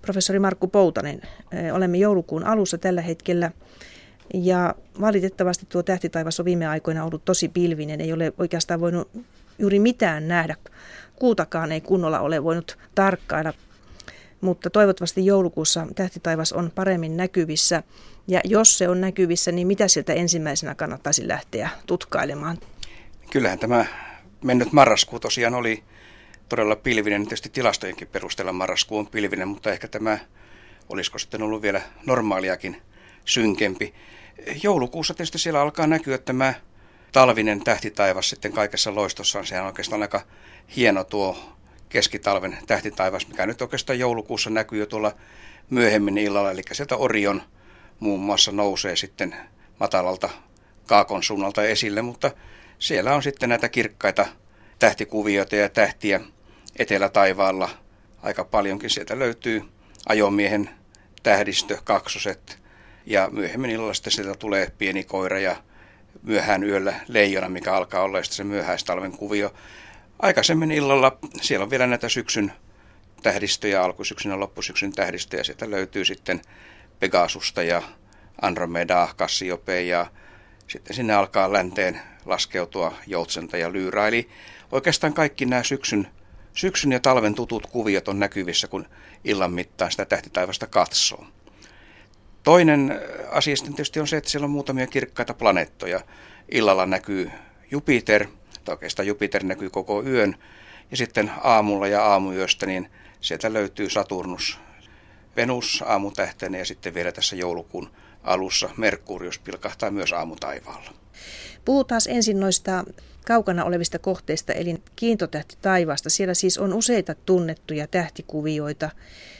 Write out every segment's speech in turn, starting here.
Professori Markku Poutanen, olemme joulukuun alussa tällä hetkellä ja valitettavasti tuo tähtitaivas on viime aikoina ollut tosi pilvinen. Ei ole oikeastaan voinut juuri mitään nähdä. Kuutakaan ei kunnolla ole voinut tarkkailla, mutta toivottavasti joulukuussa tähtitaivas on paremmin näkyvissä. Ja jos se on näkyvissä, niin mitä sieltä ensimmäisenä kannattaisi lähteä tutkailemaan? Kyllähän tämä mennyt marraskuu tosiaan oli todella pilvinen. Tietysti tilastojenkin perusteella marraskuu on pilvinen, mutta ehkä tämä olisiko sitten ollut vielä normaaliakin synkempi. Joulukuussa tietysti siellä alkaa näkyä tämä talvinen tähtitaivas sitten kaikessa loistossaan. Sehän on oikeastaan aika hieno tuo keskitalven tähtitaivas, mikä nyt oikeastaan joulukuussa näkyy jo tuolla myöhemmin illalla. Eli sieltä Orion muun muassa nousee sitten matalalta kaakon suunnalta esille, mutta siellä on sitten näitä kirkkaita tähtikuvioita ja tähtiä etelätaivaalla aika paljonkin. Sieltä löytyy ajomiehen tähdistö, kaksoset ja myöhemmin illalla sitten sieltä tulee pieni koira ja myöhään yöllä leijona, mikä alkaa olla sitten se myöhäistalven kuvio. Aikaisemmin illalla siellä on vielä näitä syksyn tähdistöjä, alkusyksyn ja loppusyksyn tähdistöjä. Sieltä löytyy sitten Pegasusta ja Andromedaa, Kassiopea ja sitten sinne alkaa länteen laskeutua Joutsenta ja Lyra. Eli oikeastaan kaikki nämä syksyn ja talven tutut kuviot on näkyvissä, kun illan mittaan sitä tähtitaivasta katsoo. Toinen asia sitten tietysti on se, että siellä on muutamia kirkkaita planeettoja. Illalla näkyy Jupiter, tai oikeastaan Jupiter näkyy koko yön, ja sitten aamulla ja aamuyöstä niin sieltä löytyy Saturnus, Venus aamutähtenä ja sitten vielä tässä joulukuun alussa Merkurius pilkahtaa myös aamutaivaalla. Puhutaan ensin noista kaukana olevista kohteista, eli kiintotähtitaivaasta. Siellä siis on useita tunnettuja tähtikuvioita.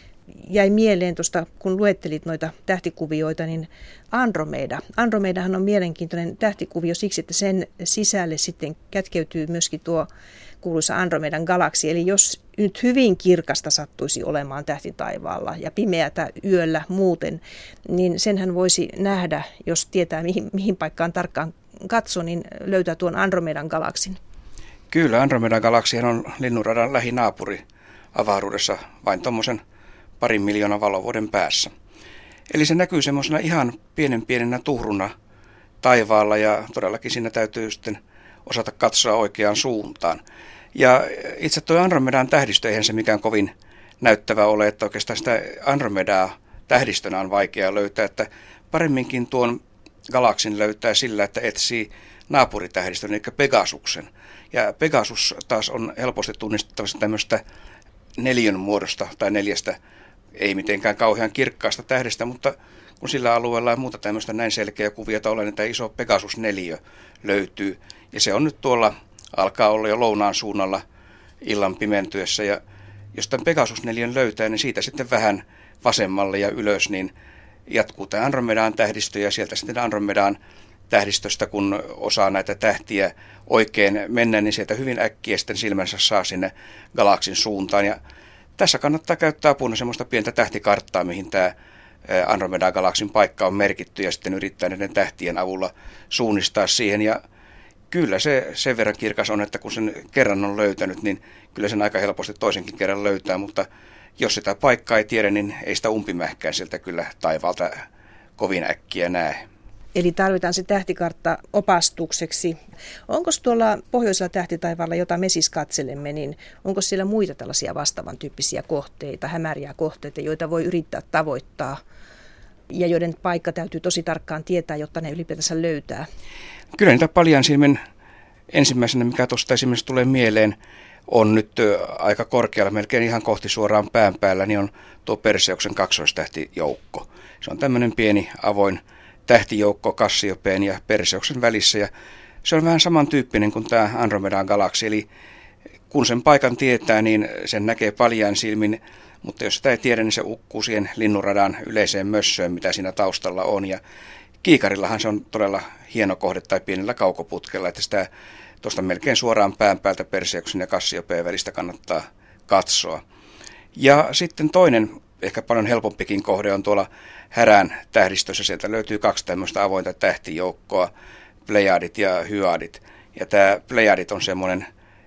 Jäi mieleen tuosta, kun luettelit noita tähtikuvioita, niin Andromeda. Andromedahan on mielenkiintoinen tähtikuvio siksi, että sen sisälle sitten kätkeytyy myöskin tuo kuuluisa Andromedan galaksi. Eli jos nyt hyvin kirkasta sattuisi olemaan tähtitaivaalla ja pimeätä yöllä muuten, niin senhän voisi nähdä, jos tietää mihin paikkaan tarkkaan katsoo, niin löytää tuon Andromedan galaksin. Kyllä, Andromedan galaksihan on linnunradan lähinaapuri avaruudessa vain tuommoisen 2 miljoonan valovuoden päässä. Eli se näkyy semmoisena ihan pienenä tuhruna taivaalla ja todellakin siinä täytyy sitten osata katsoa oikeaan suuntaan. Ja itse tuo Andromedan tähdistö, eihän se mikään kovin näyttävä ole, että oikeastaan sitä Andromedaa tähdistönä on vaikea löytää, että paremminkin tuon galaksin löytää sillä, että etsii naapuritähdistön, eli Pegasuksen. Ja Pegasus taas on helposti tunnistettavasti tämmöistä neliön muodosta tai 4, ei mitenkään kauhean kirkkaasta tähdestä, mutta kun sillä alueella ei muuta tämmöistä näin selkeä kuviota ole, niin tämä iso Pegasus-neliö löytyy. Ja se on nyt tuolla, alkaa olla jo lounaan suunnalla illan pimentyessä. Ja jos tämän Pegasus-neliön löytää, niin siitä sitten vähän vasemmalle ja ylös, niin jatkuu tämä Andromedan tähdistö ja sieltä sitten Andromedan tähdistöstä, kun osaa näitä tähtiä oikein mennä, niin sieltä hyvin äkkiä sitten silmänsä saa sinne galaksin suuntaan. Ja tässä kannattaa käyttää apuna semmoista pientä tähtikarttaa, mihin tämä Andromeda-galaksin paikka on merkitty ja sitten yrittää näiden tähtien avulla suunnistaa siihen. Ja kyllä se sen verran kirkas on, että kun sen kerran on löytänyt, niin kyllä sen aika helposti toisenkin kerran löytää, mutta jos sitä paikkaa ei tiedä, niin ei sitä umpimähkää sieltä kyllä taivaalta kovin äkkiä näe. Eli tarvitaan se tähtikartta opastukseksi. Onko tuolla pohjoisella tähtitaivaalla, jota me siis katselemme, niin onko siellä muita tällaisia vastaavan tyyppisiä kohteita, hämäriä kohteita, joita voi yrittää tavoittaa ja joiden paikka täytyy tosi tarkkaan tietää, jotta ne ylipäätänsä löytää? Kyllä niitä paljan silmin ensimmäisenä, mikä tuosta esimerkiksi tulee mieleen, on nyt aika korkealla, melkein ihan kohti suoraan pään päällä, niin on tuo Perseuksen kaksoistähtijoukko. Se on tämmöinen pieni avoin tähtijoukko Kassiopeen ja Perseuksen välissä, ja se on vähän samantyyppinen kuin tämä Andromedan galaksi, eli kun sen paikan tietää, niin sen näkee paljain silmin, mutta jos sitä ei tiedä, niin se ukkuu siihen linnunradan yleiseen mössöön, mitä siinä taustalla on, ja kiikarillahan se on todella hieno kohde tai pienellä kaukoputkella, että sitä tuosta melkein suoraan pään päältä Perseuksen ja Kassiopeen välistä kannattaa katsoa. Ja sitten toinen, ehkä paljon helpompikin kohde on tuolla Härän tähdistössä. Sieltä löytyy 2 tämmöistä avointa tähtijoukkoa, Plejadit ja Hyadit. Ja tämä Plejadit on semmoinen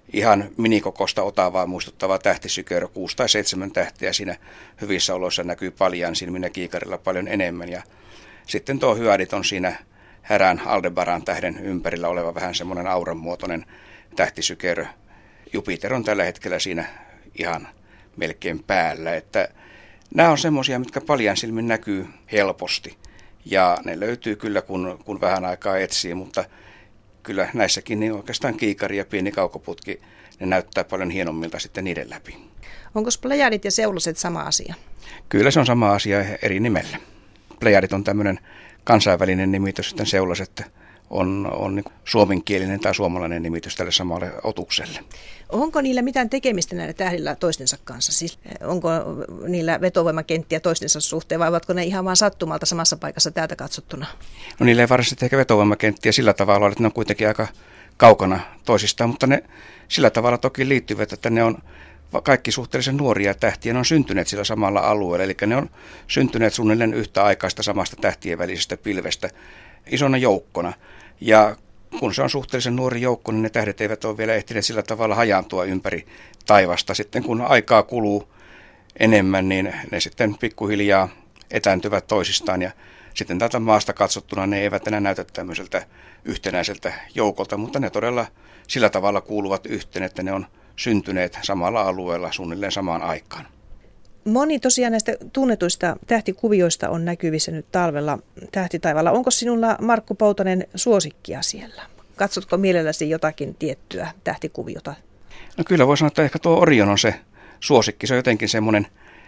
ihan minikokosta Otavaa muistuttava tähtisykerö, 6 tai 7 tähtiä siinä hyvissä oloissa näkyy paljain silmin ja kiikarilla paljon enemmän. Ja sitten tuo Hyadit on siinä Härän Aldebaran tähden ympärillä oleva vähän semmoinen auranmuotoinen tähtisykerö. Jupiter on tällä hetkellä siinä ihan melkein päällä, että nämä on semmoisia, mitkä paljain silmin näkyy helposti ja ne löytyy kyllä, kun vähän aikaa etsii, mutta kyllä näissäkin niin oikeastaan kiikari ja pieni kaukoputki, ne näyttää paljon hienommilta sitten niiden läpi. Onko Plejadit ja Seulaset sama asia? Kyllä se on sama asia eri nimellä. Plejadit on tämmöinen kansainvälinen nimitys, sitten Seulaset on niin suomenkielinen tai suomalainen nimitys tälle samalle otukselle. Onko niillä mitään tekemistä näillä tähdillä toistensa kanssa? Siis onko niillä vetovoimakenttiä toistensa suhteen vai ovatko ne ihan vain sattumalta samassa paikassa täältä katsottuna? No niillä ei varsinaisesti ehkä vetovoimakenttiä sillä tavalla, että ne on kuitenkin aika kaukana toisistaan, mutta ne sillä tavalla toki liittyvät, että ne on kaikki suhteellisen nuoria tähtiä, ne on syntyneet sillä samalla alueella, eli ne on syntyneet suunnilleen yhtä aikaista samasta tähtien välisestä pilvestä isona joukkona. Ja kun se on suhteellisen nuori joukko, niin ne tähdet eivät ole vielä ehtineet sillä tavalla hajaantua ympäri taivasta. Sitten kun aikaa kuluu enemmän, niin ne sitten pikkuhiljaa etääntyvät toisistaan. Ja sitten täältä maasta katsottuna ne eivät enää näytä tämmöiseltä yhtenäiseltä joukolta, mutta ne todella sillä tavalla kuuluvat yhteen, että ne on syntyneet samalla alueella suunnilleen samaan aikaan. Moni tosiaan näistä tunnetuista tähtikuvioista on näkyvissä nyt talvella tähtitaivaalla. Onko sinulla, Markku Poutanen, suosikkia siellä? Katsotko mielelläsi jotakin tiettyä tähtikuviota? No kyllä voi sanoa, että ehkä tuo Orion on se suosikki. Se on jotenkin semmoinen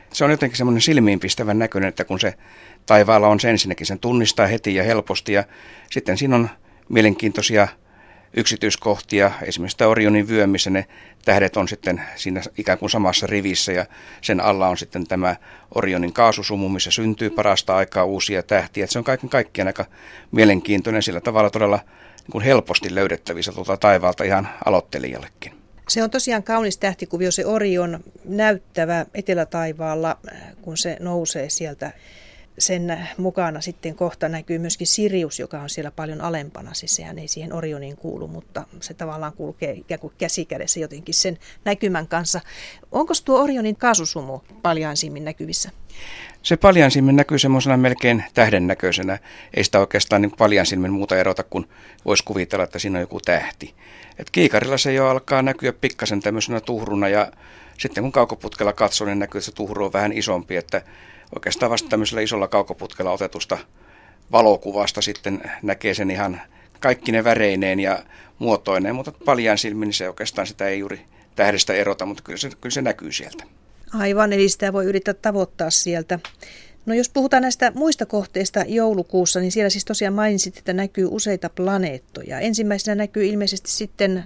silmiinpistävän näköinen, että kun se taivaalla on se ensinnäkin, sen tunnistaa heti ja helposti. Ja sitten siinä on mielenkiintoisia yksityiskohtia, esimerkiksi tämä Orionin vyö, missä ne tähdet on sitten siinä ikään kuin samassa rivissä ja sen alla on sitten tämä Orionin kaasusumu, missä syntyy parasta aikaa uusia tähtiä. Että se on kaiken kaikkiaan aika mielenkiintoinen, sillä tavalla todella niin kuin helposti löydettävissä tuolta taivaalta ihan aloittelijallekin. Se on tosiaan kaunis tähtikuvio, se Orion näyttävä etelätaivaalla, kun se nousee sieltä. Sen mukana sitten kohta näkyy myöskin Sirius, joka on siellä paljon alempana. Siis sehän ei siihen Orioniin kuulu, mutta se tavallaan kulkee ikään kuin käsi kädessä jotenkin sen näkymän kanssa. Onko tuo Orionin kaasusumu paljain silmin näkyvissä? Se paljain silmin näkyy semmoisena melkein tähden näköisenä. Ei sitä oikeastaan niin paljain silmin muuta erota, kun voisi kuvitella, että siinä on joku tähti. Et kiikarilla se jo alkaa näkyä pikkasen tämmöisenä tuhruna ja sitten kun kaukoputkella katsoo, niin näkyy, että se tuhru on vähän isompi, että oikeastaan vasta tämmöisellä isolla kaukoputkella otetusta valokuvasta sitten näkee sen ihan kaikki ne väreineen ja muotoineen, mutta paljain silmin niin se oikeastaan sitä ei juuri tähdestä erota, mutta kyllä se näkyy sieltä. Aivan, eli sitä voi yrittää tavoittaa sieltä. No jos puhutaan näistä muista kohteista joulukuussa, niin siellä siis tosiaan mainitsit, että näkyy useita planeettoja. Ensimmäisenä näkyy ilmeisesti sitten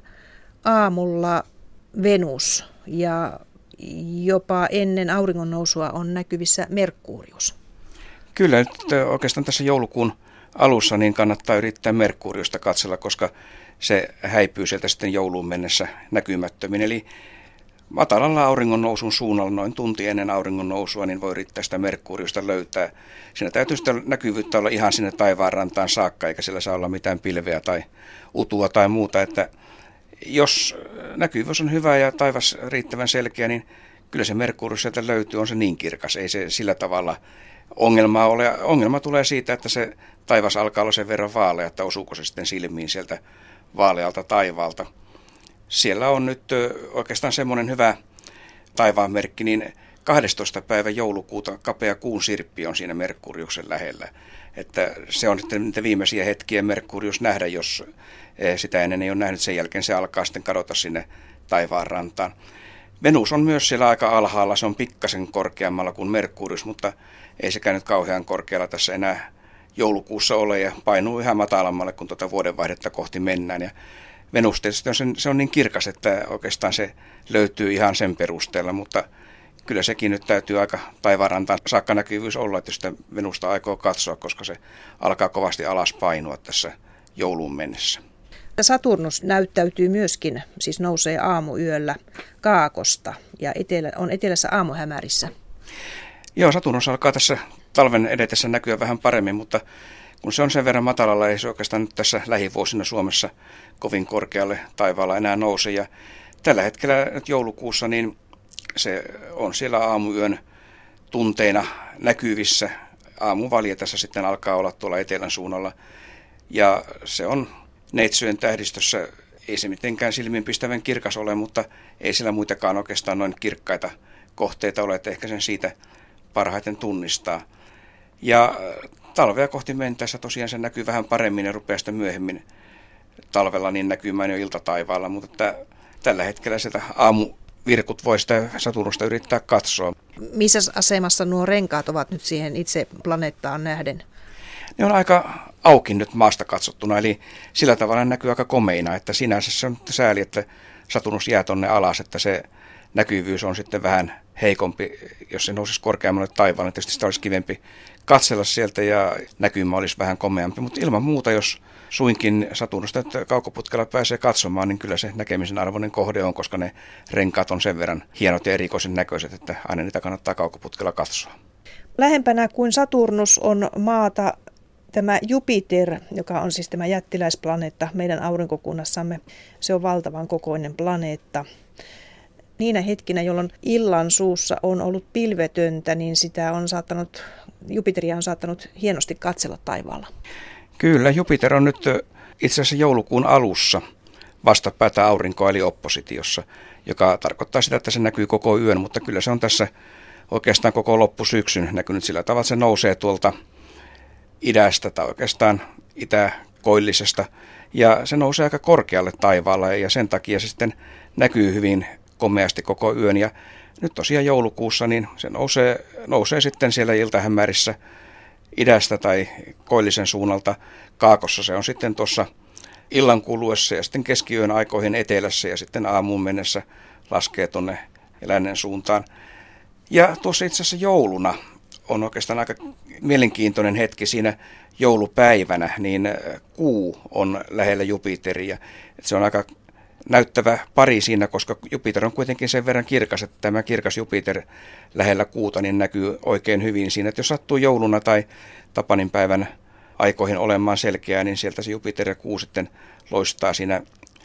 aamulla Venus ja jopa ennen auringon nousua on näkyvissä Merkurius. Kyllä, nyt oikeastaan tässä joulukuun alussa niin kannattaa yrittää Merkuriusta katsella, koska se häipyy sieltä sitten jouluun mennessä näkymättömin. Eli matalalla auringon nousun suunnalla noin tunti ennen auringon nousua, niin voi yrittää sitä Merkuriusta löytää. Siinä täytyy sitä näkyvyyttä olla ihan sinne taivaanrantaan saakka, eikä siellä saa olla mitään pilveä tai utua tai muuta, että jos näkyvyys on hyvä ja taivas riittävän selkeä, niin kyllä se Merkurius sieltä löytyy, on se niin kirkas. Ei se sillä tavalla ongelmaa ole. Ongelma tulee siitä, että se taivas alkaa olla sen verran vaalea, että osuuko se sitten silmiin sieltä vaalealta taivaalta. Siellä on nyt oikeastaan semmoinen hyvä taivaanmerkki, niin 12. päivä joulukuuta kapea kuun sirppi on siinä Merkuriuksen lähellä. Että se on sitten niitä viimeisiä hetkiä Merkurius nähdä, jos sitä ennen ei ole nähnyt. Sen jälkeen se alkaa sitten kadota sinne taivaanrantaan. Venus on myös siellä aika alhaalla, se on pikkasen korkeammalla kuin Merkurius, mutta ei sekään nyt kauhean korkealla tässä enää joulukuussa ole ja painuu yhä matalammalle, kun tuota vuodenvaihdetta kohti mennään. Ja Venus tietysti se on niin kirkas, että oikeastaan se löytyy ihan sen perusteella, mutta kyllä sekin nyt täytyy aika taivaanrantaan saakka näkyvyys olla, että jos sitä Venusta aikoo katsoa, koska se alkaa kovasti alas painua tässä jouluun mennessä. Saturnus näyttäytyy myöskin, siis nousee aamuyöllä kaakosta ja on etelässä aamuhämärissä. Joo, Saturnus alkaa tässä talven edetessä näkyä vähän paremmin, mutta kun se on sen verran matalalla, ei se oikeastaan nyt tässä lähivuosina Suomessa kovin korkealle taivaalla enää nouse. Ja tällä hetkellä nyt joulukuussa niin se on siellä aamuyön tunteina näkyvissä. Aamuvaljetassa sitten alkaa olla tuolla etelän suunnalla. Ja se on neitsyön tähdistössä, ei se mitenkään silmiinpistävän kirkas ole, mutta ei sillä muitakaan oikeastaan noin kirkkaita kohteita ole, että ehkä sen siitä parhaiten tunnistaa. Ja talvea kohti mentäessä tosiaan se näkyy vähän paremmin ja rupeaa sitten myöhemmin talvella niin näkymään jo iltataivaalla, mutta tällä hetkellä sitä aamuvirkut voi sitä Saturnusta yrittää katsoa. Missä asemassa nuo renkaat ovat nyt siihen itse planeettaan nähden? Ne on aika auki nyt maasta katsottuna, eli sillä tavalla näkyy aika komeina, että sinänsä se on sääli, että Saturnus jää tonne alas, että se näkyvyys on sitten vähän heikompi, jos se nousisi korkeammalle taivaalle. Tietysti sitä olisi kivempi katsella sieltä ja näkymä olisi vähän komeampi, mutta ilman muuta, jos suinkin Saturnusta kaukoputkella pääsee katsomaan, niin kyllä se näkemisen arvoinen kohde on, koska ne renkaat on sen verran hienot ja erikoisen näköiset, että aina niitä kannattaa kaukoputkella katsoa. Lähempänä kuin Saturnus on maata tämä Jupiter, joka on siis tämä jättiläisplaneetta meidän aurinkokunnassamme. Se on valtavan kokoinen planeetta. Niinä hetkinä, jolloin illan suussa on ollut pilvetöntä, niin Jupiteria on saattanut hienosti katsella taivaalla. Kyllä, Jupiter on nyt itse asiassa joulukuun alussa vastapäätä aurinkoa eli oppositiossa, joka tarkoittaa sitä, että se näkyy koko yön, mutta kyllä se on tässä oikeastaan koko loppusyksyn näkynyt sillä tavalla, että se nousee tuolta idästä tai oikeastaan itäkoillisesta ja se nousee aika korkealle taivaalla ja sen takia se sitten näkyy hyvin komeasti koko yön ja nyt tosiaan joulukuussa niin se nousee sitten siellä iltahämärissä idästä tai koillisen suunnalta. Kaakossa se on sitten tuossa illan kuluessa ja sitten keskiyön aikoihin etelässä ja sitten aamuun mennessä laskee tuonne lännen suuntaan. Ja tuossa itse asiassa jouluna on oikeastaan aika mielenkiintoinen hetki siinä joulupäivänä, niin kuu on lähellä Jupiteria. Se on aika näyttävä pari siinä, koska Jupiter on kuitenkin sen verran kirkas, että tämä kirkas Jupiter lähellä kuuta niin näkyy oikein hyvin siinä. Että jos sattuu jouluna tai Tapanin päivän aikoihin olemaan selkeää, niin sieltä se Jupiter ja kuu sitten loistaa siinä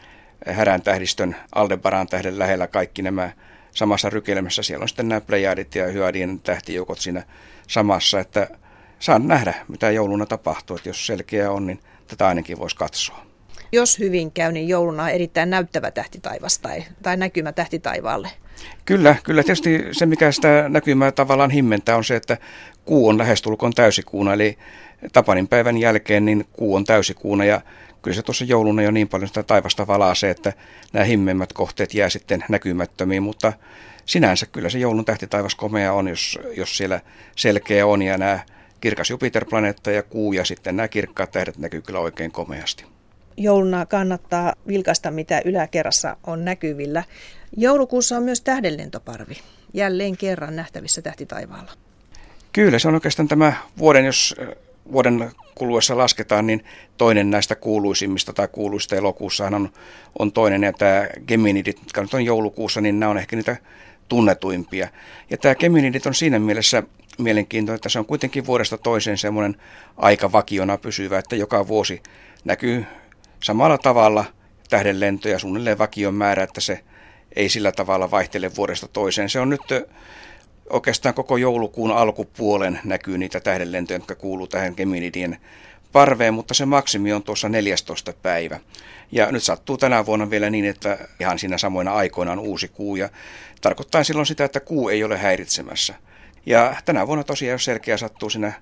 Härän tähdistön Aldebaran tähden lähellä kaikki nämä samassa rykelmässä. Siellä on sitten nämä Plejadit ja Hyadien tähtijoukot siinä samassa, että saan nähdä, mitä jouluna tapahtuu. Että jos selkeää on, niin tätä ainakin voisi katsoa. Jos hyvin käy, niin jouluna on erittäin näyttävä tähtitaivas tai näkymä tähtitaivaalle. Kyllä. Tietysti se, mikä sitä näkymää tavallaan himmentää, on se, että kuu on lähestulkoon täysikuuna. Eli Tapanin päivän jälkeen niin kuu on täysikuuna ja kyllä se tuossa jouluna jo niin paljon sitä taivasta valaasee, että nämä himmemmät kohteet jää sitten näkymättömiin, mutta sinänsä kyllä se joulun tähtitaivas komea on, jos siellä selkeä on ja nämä kirkas Jupiter-planeetta ja kuu ja sitten nämä kirkkaat tähdet näkyy kyllä oikein komeasti. Jouluna kannattaa vilkaista, mitä yläkerrassa on näkyvillä. Joulukuussa on myös tähdenlentoparvi, jälleen kerran nähtävissä tähtitaivaalla. Kyllä, se on oikeastaan tämä jos vuoden kuluessa lasketaan, niin toinen näistä kuuluisimmista tai kuuluisista elokuussahan on toinen. Ja tämä Geminidit, jotka nyt on joulukuussa, niin nämä on ehkä niitä tunnetuimpia. Ja tämä Geminidit on siinä mielessä mielenkiintoinen, että se on kuitenkin vuodesta toiseen semmoinen aika vakiona pysyvä, että joka vuosi näkyy samalla tavalla tähdenlentoja suunnilleen vakion määrä, että se ei sillä tavalla vaihtele vuodesta toiseen. Se on nyt oikeastaan koko joulukuun alkupuolen näkyy niitä tähdenlentoja, jotka kuuluu tähän Geminidien parveen, mutta se maksimi on tuossa 14. päivä. Ja nyt sattuu tänä vuonna vielä niin, että ihan siinä samoina aikoina on uusi kuu ja tarkoittaa silloin sitä, että kuu ei ole häiritsemässä. Ja tänä vuonna tosiaan, jos selkeä sattuu siinä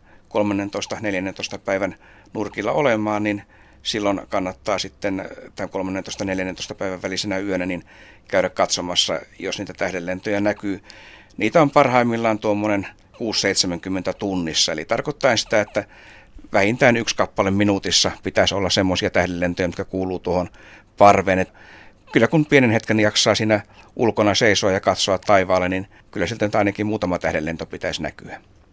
13.–14. päivän nurkilla olemaan, niin silloin kannattaa sitten tämän 13.–14. päivän välisenä yönä niin käydä katsomassa, jos niitä tähdenlentoja näkyy. Niitä on parhaimmillaan tuommoinen 6-70 tunnissa, eli tarkoittaa sitä, että vähintään yksi kappale minuutissa pitäisi olla semmoisia tähdenlentoja, jotka kuuluu tuohon parveen. Kyllä kun pienen hetken jaksaa siinä ulkona seisoa ja katsoa taivaalle, niin kyllä siltä ainakin muutama tähdenlento pitäisi näkyä.